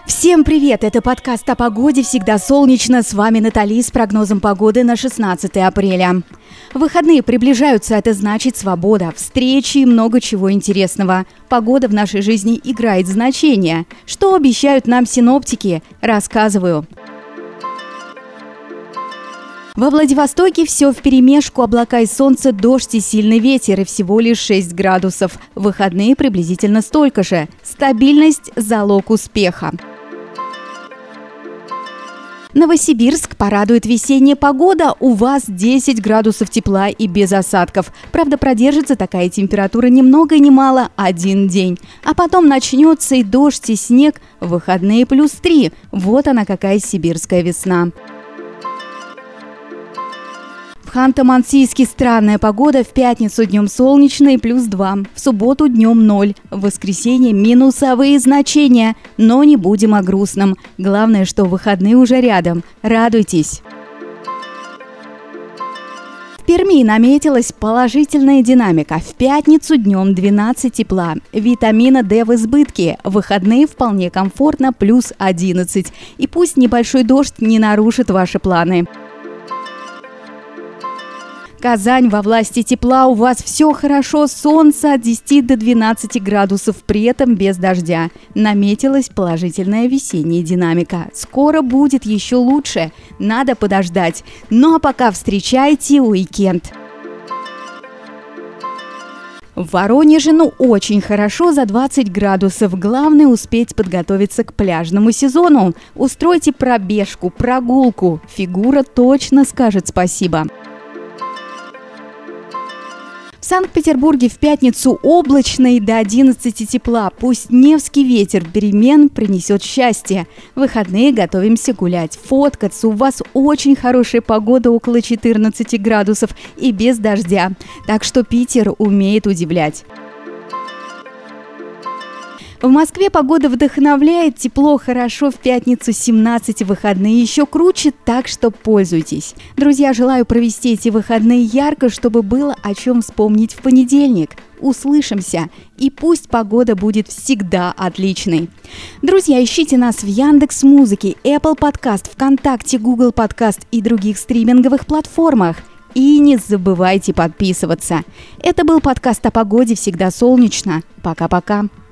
Всем привет! Это подкаст о погоде «Всегда солнечно». С вами Натали с прогнозом погоды на 16 апреля. Выходные приближаются, это значит свобода, встречи и много чего интересного. Погода в нашей жизни играет значение. Что обещают нам синоптики? Рассказываю. Во Владивостоке все вперемешку, облака и солнце, дождь и сильный ветер, и всего лишь 6 градусов. В выходные приблизительно столько же. Стабильность – залог успеха. Новосибирск порадует весенняя погода. У вас 10 градусов тепла и без осадков. Правда, продержится такая температура ни много ни мало один день. А потом начнется и дождь, и снег. В выходные +3. Вот она какая сибирская весна. В Ханты-Мансийске странная погода, в пятницу днем солнечно и +2, в субботу днем 0, в воскресенье минусовые значения, но не будем о грустном. Главное, что выходные уже рядом. Радуйтесь! В Перми наметилась положительная динамика. В пятницу днем 12 тепла, витамина D в избытке, в выходные вполне комфортно +11. И пусть небольшой дождь не нарушит ваши планы. Казань, во власти тепла, у вас все хорошо, солнце от 10 до 12 градусов, при этом без дождя. Наметилась положительная весенняя динамика. Скоро будет еще лучше, надо подождать. Ну а пока встречайте уикенд. В Воронеже, очень хорошо за 20 градусов. Главное успеть подготовиться к пляжному сезону. Устройте пробежку, прогулку. Фигура точно скажет спасибо. В Санкт-Петербурге в пятницу облачно и до 11 тепла. Пусть Невский ветер перемен принесет счастье. В выходные готовимся гулять, фоткаться. У вас очень хорошая погода, около 14 градусов и без дождя. Так что Питер умеет удивлять. В Москве погода вдохновляет, тепло, хорошо, в пятницу 17, выходные еще круче, так что пользуйтесь. Друзья, желаю провести эти выходные ярко, чтобы было о чем вспомнить в понедельник. Услышимся, и пусть погода будет всегда отличной. Друзья, ищите нас в Яндекс.Музыке, Apple Podcast, ВКонтакте, Google Podcast и других стриминговых платформах. И не забывайте подписываться. Это был подкаст о погоде «Всегда солнечно». Пока-пока.